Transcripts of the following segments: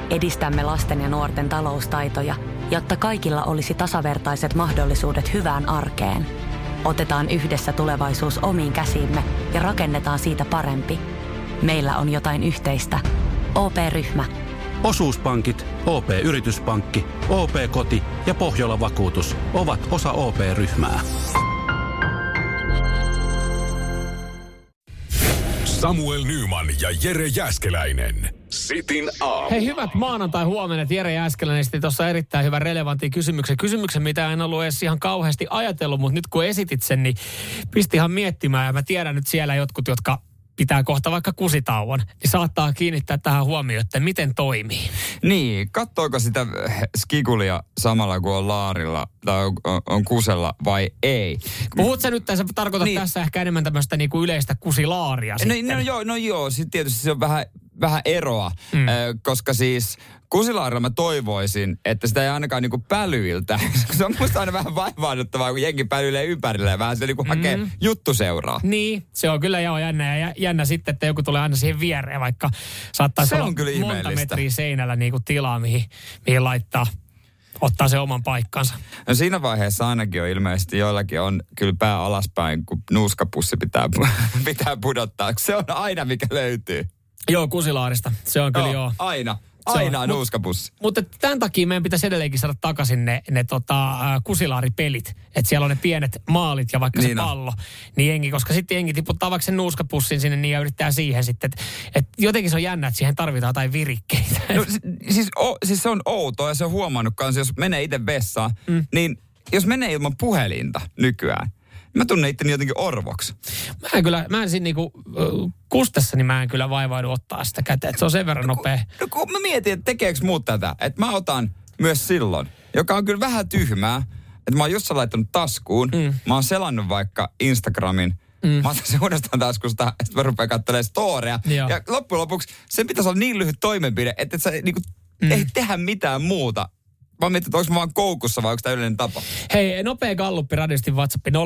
edistämme lasten ja nuorten taloustaitoja, jotta kaikilla olisi tasavertaiset mahdollisuudet hyvään arkeen. Otetaan yhdessä tulevaisuus omiin käsiimme ja rakennetaan siitä parempi. Meillä on jotain yhteistä. OP-ryhmä. Osuuspankit, OP-yrityspankki, OP-koti ja Pohjola-vakuutus ovat osa OP-ryhmää. Samuel Nyman ja Jere Jääskeläinen. Sitin aamu. Hei, hyvät maanantai-huomenet. Jere Jääskeläinen esitti tuossa erittäin hyvän relevantin kysymyksen, mitä en ollut edes ihan kauheasti ajatellut, mutta nyt kun esitit sen, niin pisti ihan miettimään. Ja mä tiedän nyt siellä jotkut, jotka pitää kohta vaikka kusitauon, niin saattaa kiinnittää tähän huomioon, että miten toimii. Niin, katsoiko sitä skikulia samalla kuin on laarilla tai on kusella vai ei? Puhut sä nyt, sä tarkoitat niin, tässä ehkä enemmän tämmöistä niinku yleistä kusilaaria sitten? No joo, sitten tietysti se on vähän eroa, koska siis kusilaarilla mä toivoisin, että sitä ei ainakaan niinku pälyiltä. Se on musta aina vähän vaivaannuttavaa, kun jengi pälyilee ympärillä ja vähän se niinku hakee juttuseuraa. Niin, se on kyllä jännä ja jännä sitten, että joku tulee aina siihen viereen, vaikka saattaisi olla monta metriä seinällä niinku tilaa, mihin laittaa. Ottaa se oman paikkansa. No siinä vaiheessa ainakin on ilmeisesti joillakin on kyllä pää alaspäin, kun nuuskapussi pitää pudottaa. Se on aina mikä löytyy. Joo, kusilaarista. Se on kyllä joo. Aina nuuskapussi. Mutta tämän takia meidän pitäisi edelleenkin saada takaisin ne kusilaaripelit. Että siellä on ne pienet maalit ja vaikka niin se pallo. Niin jengi, koska sitten jengi tiputtaa vaikka sen nuuskapussin sinne niin ja yrittää siihen sitten. Että jotenkin se on jännä, että siihen tarvitaan jotain virikkeitä. No, siis se on outoa ja se on huomannut kanssa, jos menee itse vessaan. Niin jos menee ilman puhelinta nykyään, mä tunnen itteni jotenkin orvoksi. Mä en siinä niinku kustessani mä en kyllä vaivaudu ottaa sitä käteen. Se on sen verran nopea. No kun mä mietin, että tekeekö muut tätä. Että mä otan myös silloin, joka on kyllä vähän tyhmää. Että mä oon jossain laittanut taskuun. Mä oon selannut vaikka Instagramin. Mä otan sen uudestaan taskusta, ja sitten mä rupean katselemaan storia. Joo. Ja loppujen lopuksi sen pitäisi olla niin lyhyt toimenpide, että et sä niinku ei tehdä mitään muuta. Mä mietin, että onko mä vaan koukussa vai onko tämä yleinen tapa? Hei, nopea galluppi radistin WhatsApp 0447255854.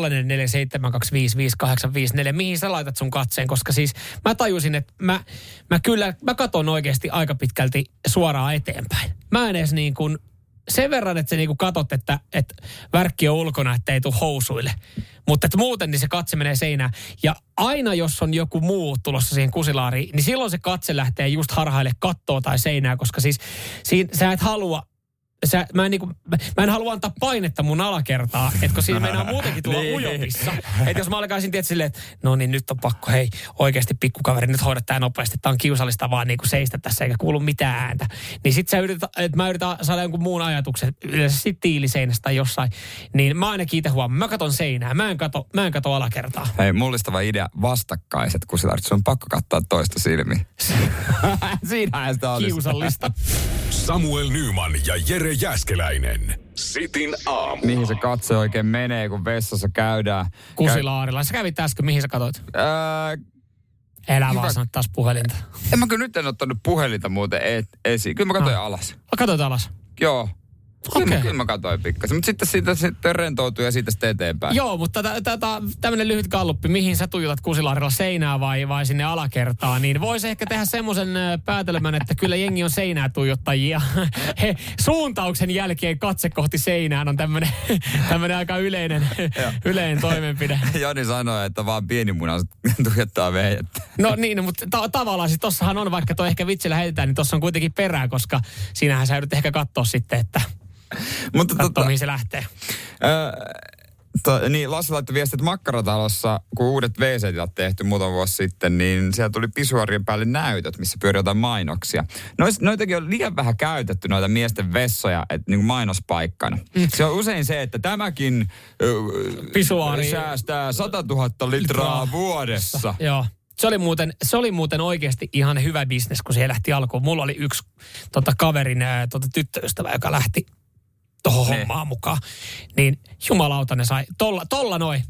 Mihin sä laitat sun katseen? Koska siis mä tajusin, että mä katon oikeasti aika pitkälti suoraan eteenpäin. Mä en edes niin kuin sen verran, että sä niin kuin katot, että värkki on ulkona, että ei tule housuille. Mutta että muuten niin se katse menee seinään. Ja aina jos on joku muu tulossa siihen kusilaariin, niin silloin se katse lähtee just harhaille kattoa tai seinää, koska siis sä et halua mä en halua antaa painetta mun alakertaa, että kun siinä meinaa muutenkin tulla ujopissa. Että jos mä alkaisin tietää silleen, että no niin nyt on pakko, hei oikeasti pikkukaveri, nyt hoidat tää nopeasti. Tää on kiusallista vaan niinku seistä tässä eikä kuulu mitään ääntä. Niin sit mä yritän saada jonkun muun ajatuksen, yleensä tiiliseinästä tai jossain. Niin mä ainakin itse huomaan, mä katon seinää, mä en kato alakertaa. Hei, mullistava idea, vastakkaiset kusilaarit, sun on pakko katsoa toista silmiä. Siinähän sitä olisi. Kiusallista. Samuel Nyman ja Jere Jääskeläinen. Sitin aamu. Mihin se katse oikein menee, kun vessassa käydään? Kusilaarilla. Sä kävit äsken, mihin sä katsoit? Elä vaan sanot taas puhelinta. En nyt ottanut puhelinta muuten esiin. Kyllä mä katsoin alas. Katsoit alas? Joo. Okay. Kyllä mä katsoin pikkasen, mutta sitten siitä rentoutui ja siitä sitten eteenpäin. Joo, mutta tämmöinen lyhyt galluppi, mihin sä tuijotat kusilaarilla seinää vai sinne alakertaan, niin voisi ehkä tehdä semmoisen päätelmän, että kyllä jengi on seinää tuijottajia. Suuntauksen jälkeen katse kohti seinään on tämmöinen aika yleinen toimenpide. Joni sanoi, että vaan pienimuna tuijottaa veijettä. No niin, mutta tavallaan siis tossahan on, vaikka toi ehkä vitsillä heitetään, niin tossa on kuitenkin perää, koska siinähän sä yrität ehkä katsoa sitten, että katso, mihin se lähtee. Niin, Lassi laittoi viestiä, että Makkaratalossa, kun uudet WC-tilat tehty muutama vuosi sitten, niin siellä tuli pisuarien päälle näytöt, missä pyörii jotain mainoksia. Noitakin on liian vähän käytetty, noita miesten vessoja, että niin kuin mainospaikkana. Se on usein se, että tämäkin pisuaari säästää 100 000 litraa vuodessa. Joo. Se oli muuten oikeasti ihan hyvä bisnes, kun se lähti alkuun. Mulla oli yksi kaverin tyttöystävä, joka lähti tohon hommaan mukaan. Niin jumalauta ne sai. Tolla noin.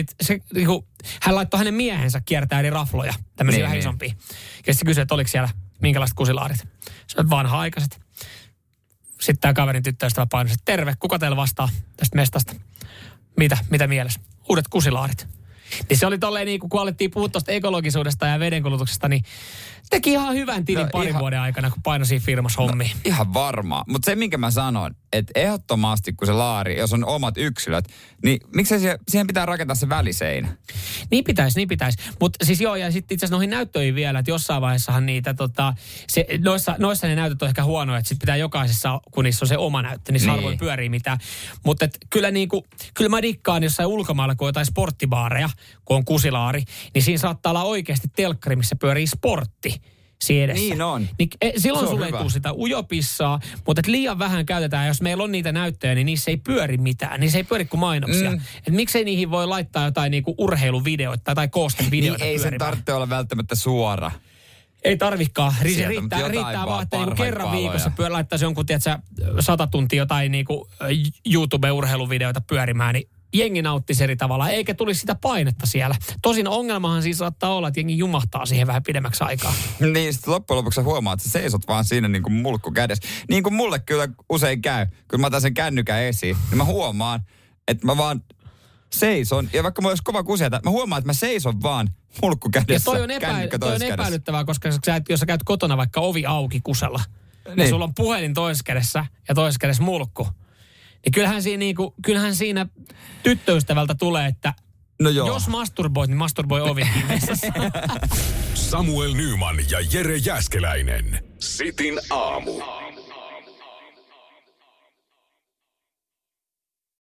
Hän laittoi hänen miehensä kiertää eri rafloja. Tämmöisiä vähän isompia. Ja sitten kysyi, että oliko siellä minkälaiset kusilaarit. Se on vanha-aikaiset. Sitten tämä kaverin tyttöystävä painoi, että terve, kuka teillä vastaa tästä mestasta? Mitä mielessä? Uudet kusilaarit. Niin se oli tolleen niin, kun alettiin puhua tuosta ekologisuudesta ja vedenkulutuksesta, niin Teki ihan hyvän tilin parin vuoden aikana, kun painoi siinä firmassa hommiin. No, ihan varmaa. Mutta se, minkä mä sanon, että ehdottomasti kun se laari, jos on omat yksilöt, niin miksei siihen pitää rakentaa se väliseinä? Niin pitäisi. Mutta siis joo, ja sitten itse asiassa noihin näyttöihin vielä, että jossain vaiheessahan niitä, noissa ne näytöt on ehkä huonoja, että sitten pitää jokaisessa, kun niissä on se oma näyttö, niin harvoin pyörii mitään. Mutta kyllä mä dikkaan jossain ulkomailla, kun on jotain sporttibaareja, kun on kusilaari, niin siinä saattaa olla oikeasti telkkari, missä pyörii sportti. Niin on. Niin, silloin sulle ei tule sitä ujopissaa, mutta liian vähän käytetään. Jos meillä on niitä näyttöjä, niin niissä ei pyöri mitään. Niissä ei pyöri kuin mainoksia. Et miksei niihin voi laittaa jotain niinku urheiluvideoita tai koostevideoita niin ei sen tarvitse olla välttämättä suora. Ei tarvikaan. Riittää vaan, että niinku kerran viikossa laittaisi jonkun, 100 tuntia jotain niinku YouTube-urheiluvideoita pyörimään, niin jengi nauttisi eri tavalla, eikä tulisi sitä painetta siellä. Tosin ongelmahan siis saattaa olla, että jengi jumahtaa siihen vähän pidemmäksi aikaa. Niin, sitten loppujen lopuksi sä huomaat, että sä seisot vaan siinä niin kuin mulkku kädessä. Niin kuin mulle kyllä usein käy, kun mä otan sen kännykän esiin, niin mä huomaan, että mä vaan seison. Ja vaikka mulla olisi kova kuseita, mä huomaan, että mä seison vaan mulkku kädessä. Ja toi on epäilyttävää, koska jos sä käyt kotona vaikka ovi auki kusella, niin. Ja sulla on puhelin toisessa kädessä ja toisessa kädessä mulkku. Niin kyllähän siinä tyttöystävältä tulee, että jos masturboit, niin masturboi ovikin vessassa. Samuel Nyman ja Jere Jääskeläinen. Sitin aamu.